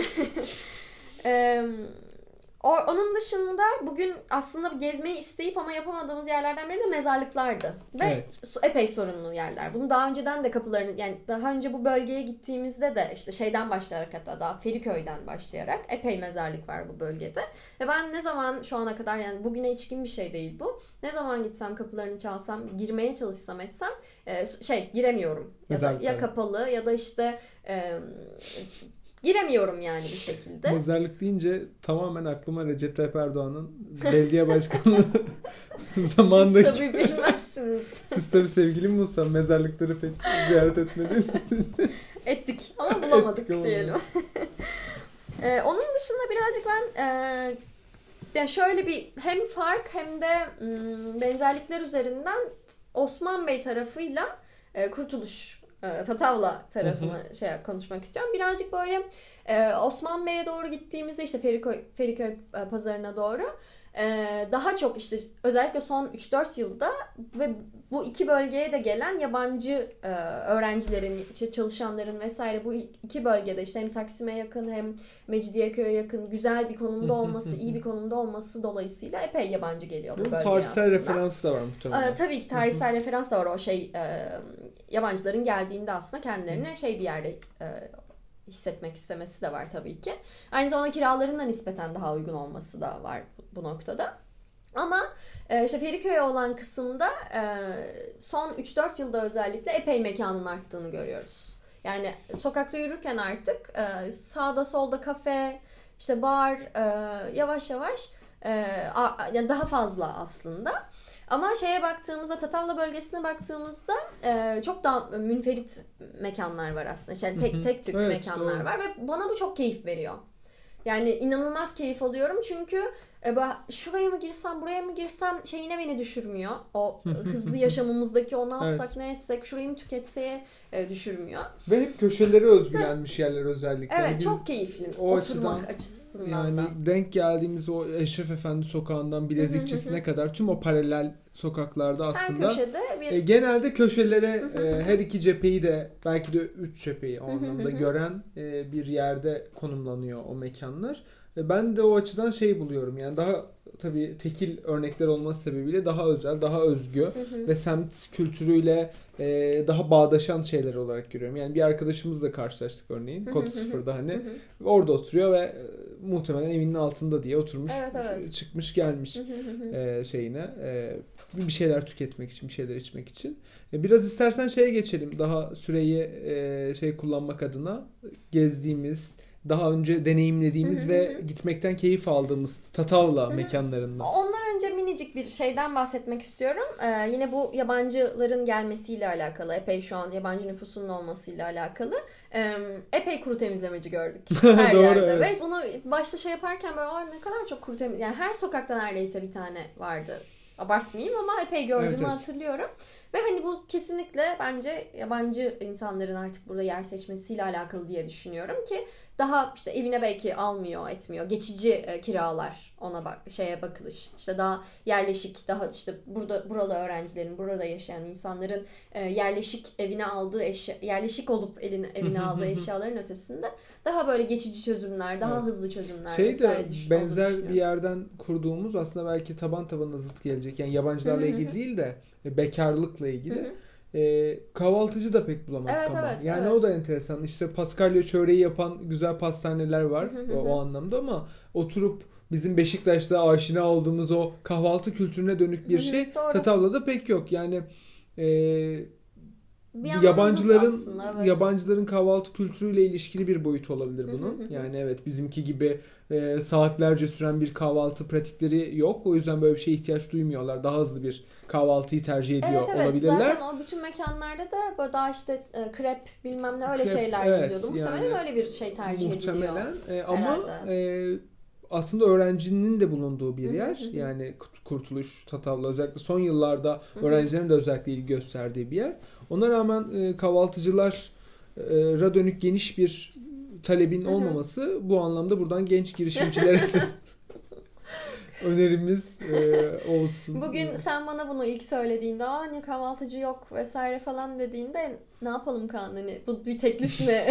e, o, onun dışında bugün aslında gezmeyi isteyip ama yapamadığımız yerlerden biri de mezarlıklardı. Ve Evet. epey sorunlu yerler. Bunu daha önceden de kapılarını, yani daha önce bu bölgeye gittiğimizde de işte şeyden başlayarak, hatta daha Feriköy'den başlayarak epey mezarlık var bu bölgede. Ve ben ne zaman şu ana kadar, yani bugüne içkin bir şey değil bu, ne zaman gitsem kapılarını çalsam, girmeye çalışsam etsem şey giremiyorum. Ya da ya kapalı ya da işte e, giremiyorum yani bir şekilde. Mezarlık deyince tamamen aklıma Recep Tayyip Erdoğan'ın belediye başkanlığı zamandaki. Siz tabii bilmezsiniz. Siz tabii sevgili Musa mezarlıkları pek ziyaret etmediniz. Ettik ama bulamadık Ettik ama. diyelim. ee, onun dışında birazcık ben e, yani şöyle bir hem fark hem de m, benzerlikler üzerinden Osman Bey tarafıyla e, Kurtuluş e, Tatavla tarafını hı hı. şey konuşmak istiyorum. Birazcık böyle e, Osman Bey'e doğru gittiğimizde işte Feriköy, Feriköy e, pazarına doğru e, daha çok işte özellikle son üç dört yılda ve bu iki bölgeye de gelen yabancı e, öğrencilerin, işte çalışanların vesaire bu iki bölgede işte hem Taksim'e yakın hem Mecidiyeköy'e yakın güzel bir konumda olması, iyi bir konumda olması dolayısıyla epey yabancı geliyor bu bölgeye aslında. Tarihsel referans da var muhtemelen. E, tabii ki tarihsel referans da var. O şey e, yabancıların geldiğinde aslında kendilerine şey bir yerde e, hissetmek istemesi de var tabii ki. Aynı zamanda kiraların da nispeten daha uygun olması da var bu noktada. Ama e, işte Feriköy'e olan kısımda e, son üç dört yılda özellikle epey mekanın arttığını görüyoruz. Yani sokakta yürürken artık e, sağda solda kafe, işte bar e, yavaş yavaş e, a, yani daha fazla aslında. Ama şeye baktığımızda, Tatavla bölgesine baktığımızda e, çok daha münferit mekanlar var aslında. Yani tek tek tük evet, mekanlar doğru. var ve bana bu çok keyif veriyor. Yani inanılmaz keyif alıyorum çünkü e, şuraya mı girsem, buraya mı girsem şeyine beni düşürmüyor. O hızlı yaşamımızdaki o ne yapsak, evet. ne etsek, şurayı mı tüketseye e, düşürmüyor. Ve hep köşeleri özgülenmiş yerler özellikle. Evet, yani çok keyifli oturmak açıdan, açısından yani da. Yani denk geldiğimiz o Eşref Efendi sokağından Bilezikçisi'ne kadar tüm o paralel sokaklarda aslında. Her köşede bir... E, genelde köşelere e, her iki cepheyi de belki de üç cepheyi o anlamda gören e, bir yerde konumlanıyor o mekanlar. E, ben de o açıdan şey buluyorum yani daha tabii tekil örnekler olması sebebiyle daha özel, daha özgü hı hı. ve semt kültürüyle e, daha bağdaşan şeyler olarak görüyorum. Yani bir arkadaşımızla karşılaştık örneğin. Kod sıfırda hani. Hı hı. Orada oturuyor ve e, muhtemelen evinin altında diye oturmuş. Evet, evet. Çıkmış gelmiş hı hı. E, şeyine. E, bir şeyler tüketmek için, bir şeyler içmek için. E, biraz istersen şeye geçelim. Daha süreyi e, şey kullanmak adına gezdiğimiz, daha önce deneyimlediğimiz hı hı ve hı. gitmekten keyif aldığımız Tatavla hı hı. mekanlarından. Ondan önce minicik bir şeyden bahsetmek istiyorum. Ee, yine bu yabancıların gelmesiyle alakalı, epey şu an yabancı nüfusunun olmasıyla alakalı. Ee, epey kuru temizlemeci gördük her Doğru, yerde. Evet. Ve bunu başta şey yaparken böyle ne kadar çok kuru temizlemeci. Yani her sokakta neredeyse bir tane vardı. Abartmayayım ama epey gördüğümü evet, evet. hatırlıyorum. Ve hani bu kesinlikle bence yabancı insanların artık burada yer seçmesiyle alakalı diye düşünüyorum ki daha işte evine belki almıyor, etmiyor. Geçici e, kiralar ona bak şeye bakılış. İşte daha yerleşik, daha işte burada buralı öğrencilerin, burada yaşayan insanların e, yerleşik evine aldığı eşya, yerleşik olup eline, evine aldığı eşyaların ötesinde daha böyle geçici çözümler, daha evet. hızlı çözümler şey vesaire de düşün, benzer bir yerden kurduğumuz aslında belki taban tabana zıt gelecek. Yani yabancılarla ilgili değil de bekarlıkla ilgili. E, kahvaltıcı da pek bulamadık evet, ama. Evet, yani evet. o da enteresan. İşte Paskalya çöreği yapan güzel pastaneler var o, o anlamda ama oturup bizim Beşiktaş'ta aşina olduğumuz o kahvaltı kültürüne dönük bir şey Tatavla'da pek yok. Yani e, yabancıların aslında, evet. yabancıların kahvaltı kültürüyle ilişkili bir boyutu olabilir bunun. Yani evet bizimki gibi e, saatlerce süren bir kahvaltı pratikleri yok. O yüzden böyle bir şeye ihtiyaç duymuyorlar. Daha hızlı bir kahvaltıyı tercih ediyor evet, evet. olabilirler. Zaten o bütün mekanlarda da böyle daha işte e, krep bilmem ne öyle krep, şeyler evet, yazıyordu. Muhtemelen yani, öyle bir şey tercih muhtemelen, ediliyor. E, ama e, aslında öğrencinin de bulunduğu bir yer. Hı hı hı. Yani Kurtuluş, Tatavla özellikle son yıllarda hı hı. öğrencilerin de özellikle ilgi gösterdiği bir yer. Ona rağmen e, kahvaltıcılara dönük geniş bir talebin hı hı. olmaması bu anlamda buradan genç girişimcilere de önerimiz e, olsun. Bugün sen bana bunu ilk söylediğinde aa ne kahvaltıcı yok vesaire falan dediğinde ne yapalım Kaan hani bu bir teklif mi?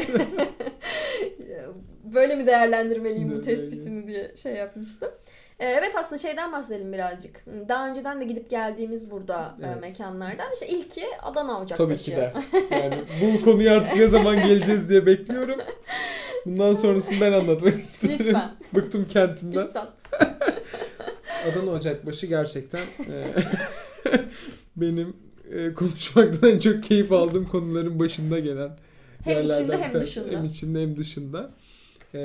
Böyle mi değerlendirmeliyim bu tespitini diye şey yapmıştım. Evet aslında şeyden bahsedelim birazcık. Daha önceden de gidip geldiğimiz burada evet. mekanlardan. İşte ilki Adana Ocakbaşı. Tabii ki de. Yani bu konuya artık ne zaman geleceğiz diye bekliyorum. Bundan sonrasını ben anlatmak isterim. Lütfen. Bıktım kentinden. Üstad. Adana Ocakbaşı gerçekten e, benim e, konuşmaktan en çok keyif aldığım konuların başında gelen hem içinde hem dışında. Hem içinde hem dışında. E,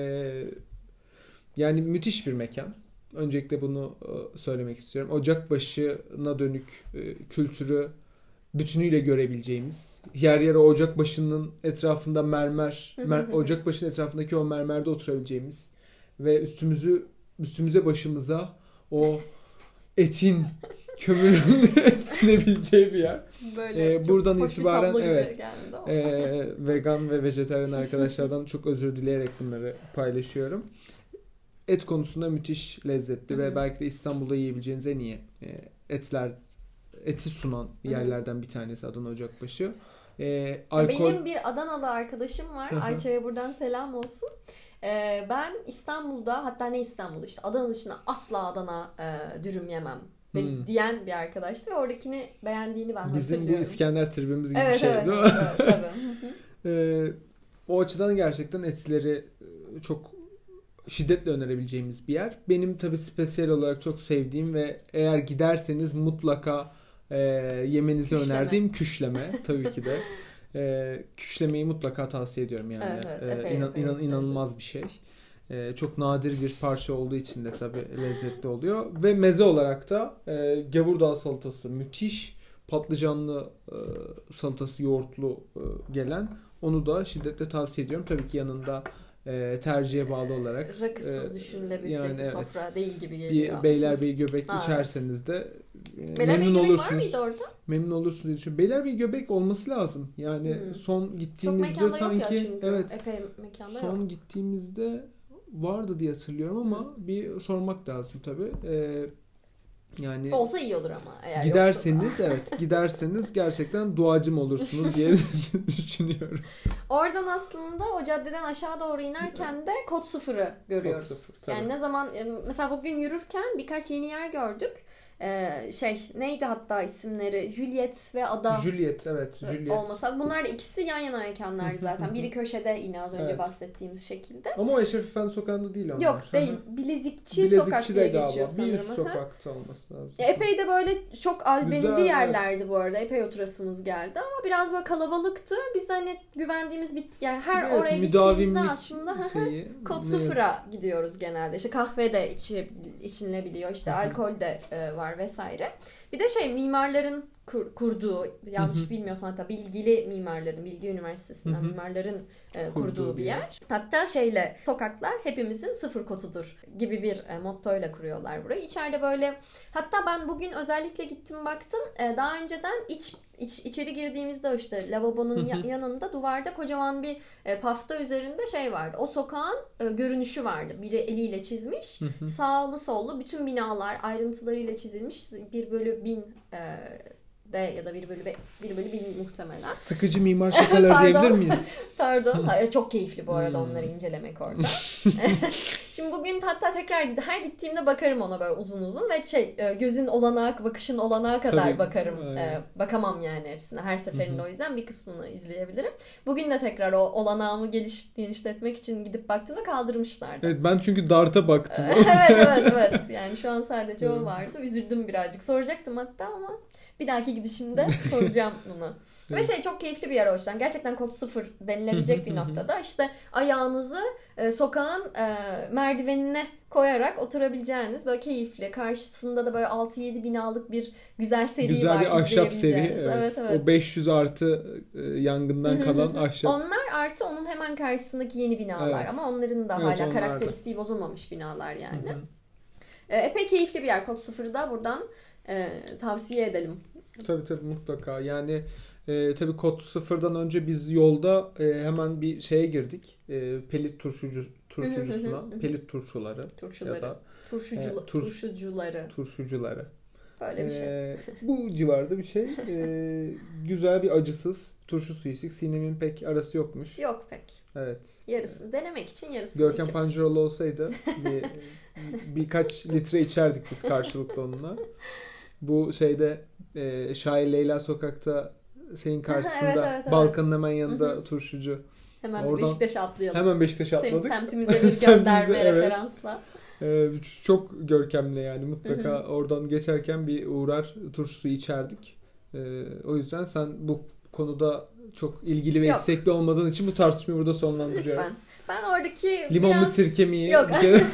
yani müthiş bir mekan. Öncelikle bunu söylemek istiyorum. Ocakbaşı'na dönük e, kültürü bütünüyle görebileceğimiz, yer yer o Ocakbaşı'nın etrafında mermer, mer, Ocakbaşı'nın etrafındaki o mermerde oturabileceğimiz ve üstümüzü üstümüze başımıza o etin kömürün sinebileceği bir yer. Böyle ee, buradan hoş itibaren bir evet e, vegan ve vejetaryen arkadaşlardan çok özür dileyerek bunları paylaşıyorum. Et konusunda müthiş lezzetli Hı-hı. ve belki de İstanbul'da yiyebileceğiniz en iyi etler, eti sunan yerlerden bir tanesi Adana Ocakbaşı. Ee, alkol... Benim bir Adanalı arkadaşım var. Hı-hı. Ayça'ya buradan selam olsun. Ee, ben İstanbul'da hatta ne İstanbul işte Adana dışında asla Adana e, dürüm yemem ve hmm. diyen bir arkadaştı ve oradakini beğendiğini ben Bizim hatırlıyorum. Bizim bu İskender tribimiz gibi evet, bir şey evet, değil mi? Evet, evet, tabii. ee, o açıdan gerçekten etleri çok şiddetle önerebileceğimiz bir yer. Benim tabii spesiyel olarak çok sevdiğim ve eğer giderseniz mutlaka e, yemenizi küşleme. önerdiğim küşleme tabii ki de. E, küşlemeyi mutlaka tavsiye ediyorum yani. Evet, evet, epey, e, inan, epey, inan, epey, inanılmaz epey. bir şey. E, çok nadir bir parça olduğu için de tabii lezzetli oluyor. Ve meze olarak da e, gavurdağ salatası müthiş. Patlıcanlı e, salatası yoğurtlu e, gelen. Onu da şiddetle tavsiye ediyorum. Tabii ki yanında E, tercihe bağlı olarak rakısız e, düşünülebilecek yani, bir sofra evet. değil gibi geliyor. Bir Beylerbeyi göbek ha, içerseniz de e, memnun olursunuz. Var mıydı orada? Memnun olursunuz diye düşünüyorum. Beylerbeyi göbek olması lazım. Yani hmm. son gittiğimizde sanki evet. Epey mekanda son yok. gittiğimizde vardı diye hatırlıyorum ama hmm. bir sormak lazım tabii. E, yani olsa iyi olur ama eğer giderseniz evet giderseniz gerçekten duacım olursunuz diye düşünüyorum. Oradan aslında o caddeden aşağı doğru inerken de Kod Sıfır'ı görüyoruz. Kod sıfır, yani ne zaman mesela bugün yürürken birkaç yeni yer gördük. Ee, şey neydi hatta isimleri Juliet ve Ada. Juliet evet Juliet. Olması lazım. Bunlar da ikisi yan yana mekanlardı zaten. Biri köşede yine az önce evet. bahsettiğimiz şekilde. Ama o Eşref Efendi Sokağı'nda değil onlar. Yok değil. Bilezikçi, Bilezikçi Sokak diye geçiyor sanırım. Bir sokakta olması lazım. Ya, epey de böyle çok albenili Güzel, yerlerdi evet. bu arada. Epey oturasımız geldi ama biraz böyle kalabalıktı. Biz de hani güvendiğimiz bir yani her evet, oraya gittiğimizde aslında şeyi, Kod Sıfır'a gidiyoruz genelde. İşte kahve de içi, içilebiliyor. İşte alkol de e, var vesaire. Bir de şey mimarların kur, kurduğu, yanlış hı hı. bilmiyorsam hatta bilgili mimarların, Bilgi Üniversitesi'nden hı hı. mimarların e, kurduğu, kurduğu bir yer. yer. Hatta şeyle, sokaklar hepimizin sıfır kotudur gibi bir e, mottoyla kuruyorlar burayı. İçeride böyle, hatta ben bugün özellikle gittim baktım, e, daha önceden iç İç, içeri girdiğimizde işte lavabonun ya, yanında duvarda kocaman bir e, pafta üzerinde şey vardı. O sokağın e, görünüşü vardı. Biri eliyle çizmiş. Sağlı sollu bütün binalar ayrıntılarıyla çizilmiş. Bir bölü bin e, de ya da bir bölü bir bölü bin muhtemelen. Sıkıcı mimar şakalar diyebilir miyiz? Pardon. Hayır, çok keyifli bu arada onları incelemek orada. Şimdi bugün hatta tekrar her gittiğimde bakarım ona böyle uzun uzun ve şey gözün olanağı, bakışın olanağı kadar Tabii. bakarım. Evet. Bakamam yani hepsine. Her seferinde o yüzden bir kısmını izleyebilirim. Bugün de tekrar o olanağımı geliş, genişletmek için gidip baktığımda kaldırmışlardı. Evet, ben çünkü darta baktım. evet evet evet. Yani şu an sadece o vardı. Üzüldüm birazcık. Soracaktım hatta ama bir dahaki gidişimde soracağım bunu. Evet. Ve şey çok keyifli bir yer o yüzden. Gerçekten kod sıfır denilebilecek bir noktada. İşte ayağınızı e, sokağın e, merdivenine koyarak oturabileceğiniz böyle keyifli. Karşısında da böyle altı yedi binalık bir güzel seri güzel var. Güzel bir ahşap seri. Evet. Evet, evet. O beş yüz artı e, yangından kalan ahşap. Onlar artı onun hemen karşısındaki yeni binalar. Evet. Ama onların da evet, hala karakteristiği bozulmamış binalar yani. E, epey keyifli bir yer. Kod sıfırı da buradan e, tavsiye edelim. Tabii tabii mutlaka. Yani e, tabii kod sıfırdan önce biz yolda e, hemen bir şeye girdik. E, pelit turşucu turşucusuna, pelit turşuları Turşuları. ya da Turşucula, e, turş, turşucuları. Turşucuları. Böyle bir şey. E, bu civarda bir şey. E, güzel bir acısız turşu suyu içtik. Sinem'in pek arası yokmuş. Yok pek. Evet. Yarısını e, denemek için yarısını Görkem içip. Pancaroğlu olsaydı bir, birkaç litre içerdik biz karşılıklı onunla. Bu şeyde e, Şair Leyla Sokak'ta şeyin karşısında evet, evet, evet. Balkan'ın hemen yanında Hı-hı. turşucu. Hemen Oradan, Beşiktaş'a atlayalım. Hemen Beşiktaş'a atladık. Semtimize bir gönderme evet. referansla. Ee, çok görkemli yani mutlaka Hı-hı. oradan geçerken bir uğrar turşu suyu içerdik. Ee, o yüzden sen bu konuda çok ilgili ve Yok. istekli olmadığın için bu tartışmayı burada sonlandırıyorum. Lütfen. Ben oradaki Limonlu biraz... sirke mi? Yok.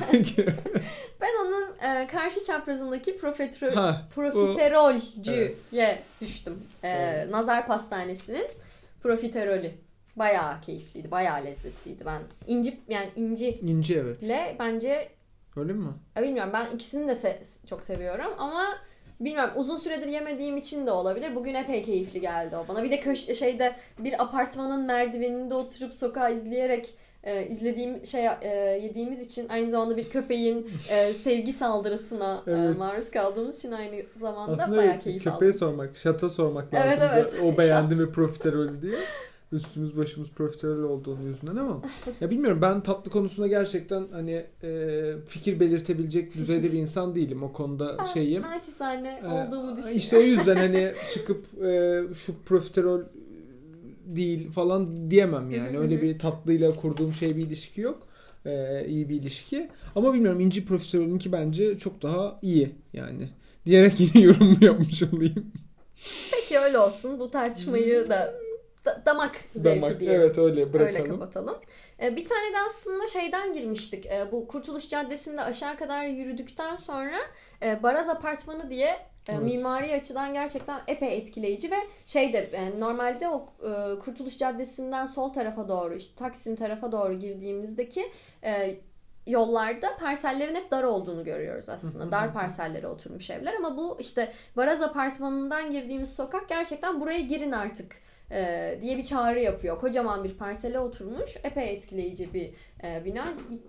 Ben onun e, karşı çaprazındaki profiterol, ha, profiterolcüye evet. düştüm. E, evet. Nazar Pastanesi'nin profiterolü. Bayağı keyifliydi, bayağı lezzetliydi. Ben inci yani inci inci evet. Le bence öyle mi? Bilmiyorum, ben ikisini de se- çok seviyorum ama bilmiyorum, uzun süredir yemediğim için de olabilir. Bugün epey keyifli geldi o bana. Bir de köşe şeyde bir apartmanın merdiveninde oturup sokağı izleyerek e, izlediğim şey e, yediğimiz için aynı zamanda bir köpeğin e, sevgi saldırısına evet. e, maruz kaldığımız için aynı zamanda aslında bayağı keyif aldım. Köpeğe sormak, şata sormak lazım. Evet, evet. O beğendi mi profiterol diye. Üstümüz başımız profiterol olduğunu yüzünden ama ya bilmiyorum, ben tatlı konusunda gerçekten hani e, fikir belirtebilecek düzeyde bir insan değilim o konuda şeyim. Naçizane e, olduğumu düşünüyorum. İşte o yüzden hani çıkıp e, şu profiterol değil falan diyemem yani. Öyle bir tatlıyla kurduğum şey bir ilişki yok. E, iyi bir ilişki. Ama bilmiyorum, inci profiterolünki bence çok daha iyi yani. Diyerek yine yorum yapmış olayım. Peki öyle olsun. Bu tartışmayı da damak zevki damak, diye. Evet öyle bırakalım. Öyle kapatalım. Ee, bir tane de aslında şeyden girmiştik. Ee, bu Kurtuluş Caddesi'nde aşağı kadar yürüdükten sonra e, Baraz Apartmanı diye e, evet. mimari açıdan gerçekten epey etkileyici ve şeyde yani normalde o e, Kurtuluş Caddesi'nden sol tarafa doğru işte Taksim tarafa doğru girdiğimizdeki e, yollarda parsellerin hep dar olduğunu görüyoruz aslında. Dar parsellere oturmuş evler ama bu işte Baraz Apartmanı'ndan girdiğimiz sokak gerçekten buraya girin artık e, diye bir çağrı yapıyor. Kocaman bir parsele oturmuş. Epey etkileyici bir e, bina.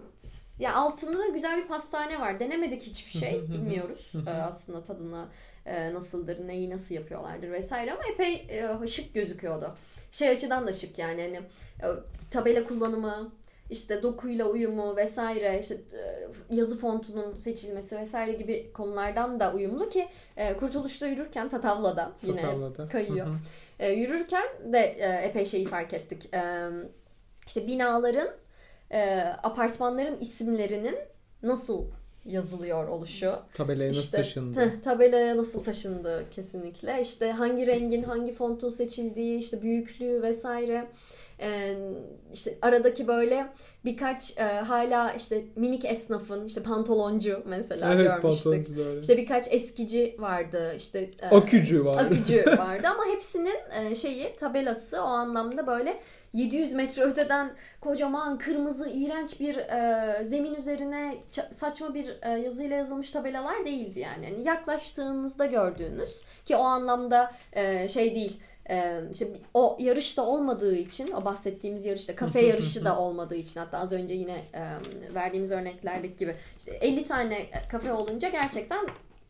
Ya altında da güzel bir pastane var. Denemedik hiçbir şey. Bilmiyoruz e, aslında tadına e, nasıldır, neyi nasıl yapıyorlardır vesaire ama epey e, şık gözüküyordu. Şey açıdan da şık yani hani e, tabela kullanımı, İşte dokuyla uyumu vesaire, işte yazı fontunun seçilmesi vesaire gibi konulardan da uyumlu ki e, Kurtuluş'ta yürürken Tatavla'da yine Tatavla'da. kayıyor. Hı hı. E, yürürken de e, epey şeyi fark ettik. E, işte binaların, e, apartmanların isimlerinin nasıl yazılıyor oluşu. Tabelaya nasıl işte, taşındı. T- tabelaya nasıl taşındı kesinlikle. İşte hangi rengin, hangi fontun seçildiği, işte büyüklüğü vesaire. e, işte aradaki böyle birkaç e, hala işte minik esnafın işte pantoloncu mesela evet, görmüştük. İşte birkaç eskici vardı. İşte e, akücü vardı. Akücü vardı ama hepsinin e, şeyi tabelası o anlamda böyle yedi yüz metre öteden kocaman kırmızı iğrenç bir e, zemin üzerine ç- saçma bir e, yazıyla yazılmış tabelalar değildi yani. Yani yaklaştığınızda gördüğünüz ki o anlamda e, şey değil. Ee, işte o yarışta olmadığı için, o bahsettiğimiz yarışta, kafe yarışı da olmadığı için, hatta az önce yine e, verdiğimiz örneklerdeki gibi işte elli tane kafe olunca gerçekten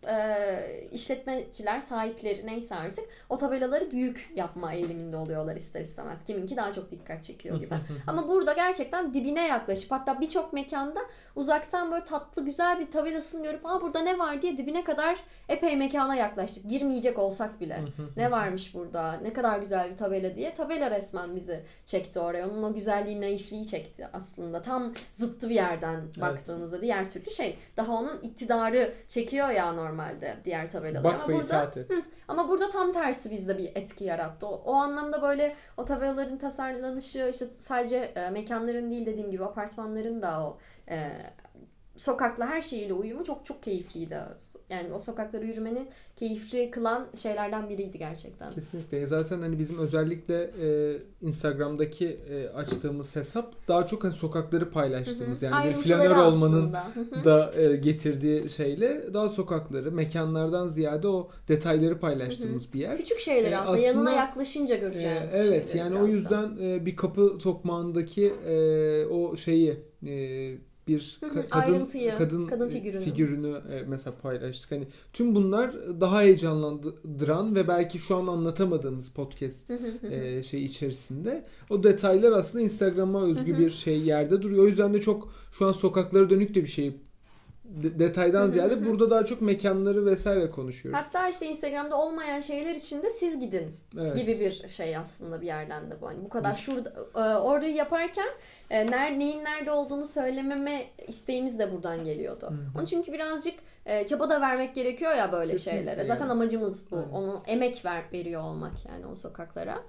e, işletmeciler, sahipleri neyse artık o tabelaları büyük yapma eğiliminde oluyorlar ister istemez. Kiminki daha çok dikkat çekiyor gibi. Ama burada gerçekten dibine yaklaşıp, hatta birçok mekanda uzaktan böyle tatlı güzel bir tabelasını görüp aa burada ne var diye dibine kadar epey mekana yaklaştık. Girmeyecek olsak bile. Ne varmış burada? Ne kadar güzel bir tabela diye. Tabela resmen bizi çekti oraya. Onun o güzelliği, naifliği çekti aslında. Tam zıttı bir yerden baktığınızda. Evet. Diğer türlü şey. Daha onun iktidarı çekiyor ya normalde diğer tabelalar. Bak ama burada hı, ama burada tam tersi bizde bir etki yarattı. O, o anlamda böyle o tabelaların tasarlanışı işte sadece e, mekanların değil dediğim gibi apartmanların da o e, sokakla her şeyiyle uyumu çok çok keyifliydi. Yani o sokakları yürümenin keyifli kılan şeylerden biriydi gerçekten. Kesinlikle. Zaten hani bizim özellikle e, Instagram'daki e, açtığımız hesap daha çok hani sokakları paylaştığımız. Hı hı. Yani bir flanör olmanın da e, getirdiği şeyle daha sokakları, mekanlardan ziyade o detayları paylaştığımız hı hı. bir yer. Küçük şeyleri e, aslında, aslında yanına yaklaşınca göreceğiniz e, Evet yani o yüzden e, bir kapı tokmağındaki e, o şeyi e, bir ka- kadın kadın, kadın figürünü, figürünü e, mesela paylaştık. Hani tüm bunlar daha heyecanlandıran ve belki şu an anlatamadığımız podcast e, şey içerisinde o detaylar aslında Instagram'a özgü bir şey yerde duruyor. O yüzden de çok şu an sokaklara dönük de bir şey de- detaydan ziyade burada daha çok mekanları vesaire konuşuyoruz. Hatta işte Instagram'da olmayan şeyler için de siz gidin evet. gibi bir şey aslında bir yerden de bu. Hani bu kadar şurada orada yaparken ner, neyin nerede olduğunu söylememe isteğimiz de buradan geliyordu. Hı-hı. Onun çünkü birazcık çaba da vermek gerekiyor ya böyle kesinlikle şeylere. Zaten yani. Amacımız bu. Aynen. Onu emek ver veriyor olmak yani o sokaklara.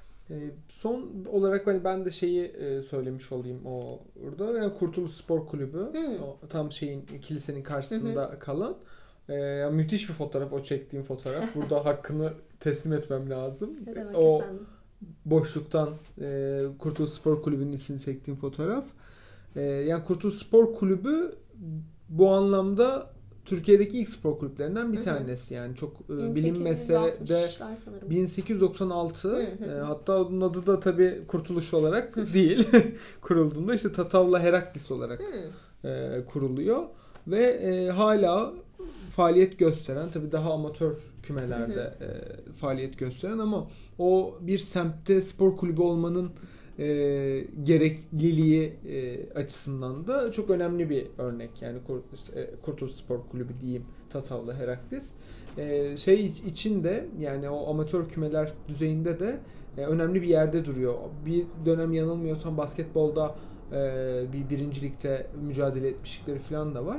Son olarak hani ben de şeyi söylemiş olayım o orada yani Kurtuluş Spor Kulübü hmm. o tam şeyin kilisenin karşısında hmm. kalan e, müthiş bir fotoğraf o çektiğim fotoğraf burada hakkını teslim etmem lazım o efendim? Boşluktan e, Kurtuluş Spor Kulübü'nün içini çektiğim fotoğraf e, yani Kurtuluş Spor Kulübü bu anlamda Türkiye'deki ilk spor kulüplerinden bir hı hı. tanesi yani çok e, bilinmese de bin sekiz yüz doksan altı hı hı. E, hatta onun adı da tabii Kurtuluş olarak değil kurulduğunda işte Tatavla Heraklis olarak e, kuruluyor ve e, hala faaliyet gösteren tabii daha amatör kümelerde hı hı. E, faaliyet gösteren ama o bir semtte spor kulübü olmanın E, gerekliliği e, açısından da çok önemli bir örnek yani Kurt, e, Kurtuluş Spor Kulübü diyeyim Tatavla Heraklis e, şey için de yani o amatör kümeler düzeyinde de e, önemli bir yerde duruyor. Bir dönem yanılmıyorsam basketbolda e, bir birincilikte mücadele etmişlikleri falan da var.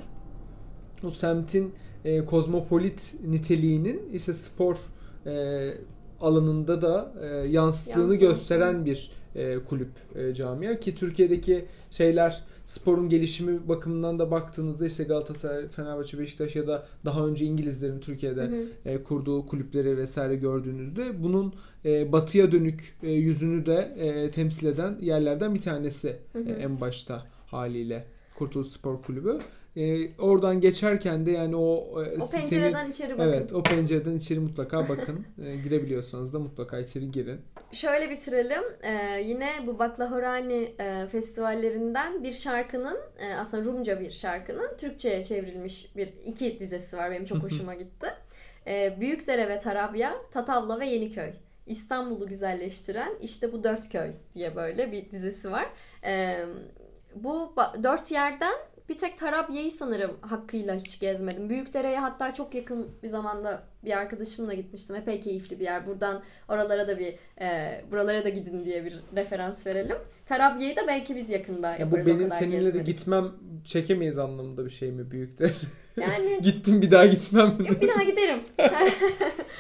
O semtin e, kozmopolit niteliğinin işte spor e, alanında da e, yansıdığını Yansın. gösteren bir e, kulüp e, camia ki Türkiye'deki şeyler sporun gelişimi bakımından da baktığınızda işte Galatasaray, Fenerbahçe, Beşiktaş ya da daha önce İngilizlerin Türkiye'de hı hı. E, kurduğu kulüpleri vesaire gördüğünüzde bunun e, batıya dönük e, yüzünü de e, temsil eden yerlerden bir tanesi hı hı. E, en başta haliyle Kurtuluş Spor Kulübü. Ee, oradan geçerken de yani o o pencereden senin, içeri bakın. Evet, o pencereden içeri mutlaka bakın. ee, girebiliyorsanız da mutlaka içeri girin. Şöyle bitirelim. Ee, yine bu Baklahorani e, festivallerinden bir şarkının e, aslında Rumca bir şarkının Türkçe'ye çevrilmiş bir iki dizesi var. Benim çok hoşuma gitti. Ee, Büyükdere ve Tarabya, Tatavla ve Yeniköy. İstanbul'u güzelleştiren işte bu dört köy diye böyle bir dizesi var. Ee, bu dört yerden bir tek Tarabya'yı sanırım hakkıyla hiç gezmedim. Büyükdere'ye hatta çok yakın bir zamanda bir arkadaşımla gitmiştim. Epey keyifli bir yer. Buradan oralara da bir e, buralara da gidin diye bir referans verelim. Tarabya'yı da belki biz yakında ya yaparız. Bu benim seninle de gitmem çekemeyiz anlamında bir şey mi Büyükdere? Yani gittim bir daha gitmem. Yok bir daha giderim.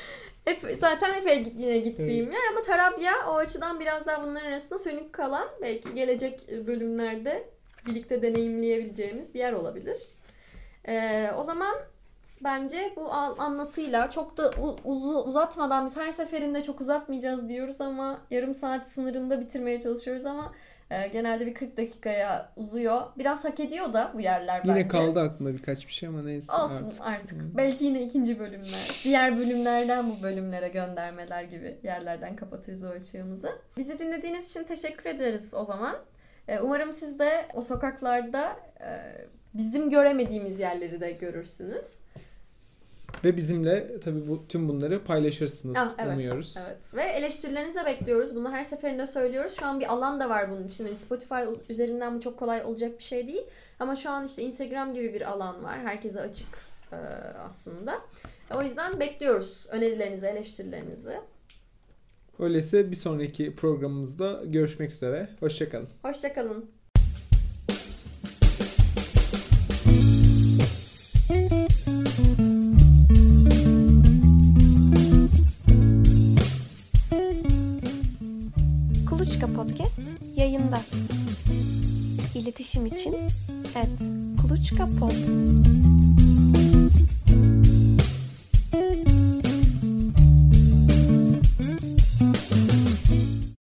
Hep zaten hep yine gittiğim yer ama Tarabya o açıdan biraz daha bunların arasında sönük kalan, belki gelecek bölümlerde birlikte deneyimleyebileceğimiz bir yer olabilir. Ee, o zaman bence bu anlatıyla çok da uz- uzatmadan, biz her seferinde çok uzatmayacağız diyoruz ama yarım saat sınırında bitirmeye çalışıyoruz ama e, genelde bir kırk dakikaya uzuyor. Biraz hak ediyor da bu yerler yine bence. Yine kaldı aklımda birkaç bir şey ama neyse. Olsun artık. artık. Hmm. Belki yine ikinci bölümler, diğer bölümlerden bu bölümlere göndermeler gibi yerlerden kapatırız o açığımızı. Bizi dinlediğiniz için teşekkür ederiz o zaman. E, umarım siz de o sokaklarda e, bizim göremediğimiz yerleri de görürsünüz. Ve bizimle tabii bu, tüm bunları paylaşırsınız ah, evet, umuyoruz. Evet. Ve eleştirilerinizi de bekliyoruz. Bunu her seferinde söylüyoruz. Şu an bir alan da var bunun için. Yani Spotify üzerinden bu çok kolay olacak bir şey değil. Ama şu an işte Instagram gibi bir alan var. Herkese açık e, aslında. O yüzden bekliyoruz önerilerinizi, eleştirilerinizi. Öyleyse bir sonraki programımızda görüşmek üzere. Hoşçakalın. Hoşçakalın. Kuluçka Podcast yayında. İletişim için et kuluçka pod.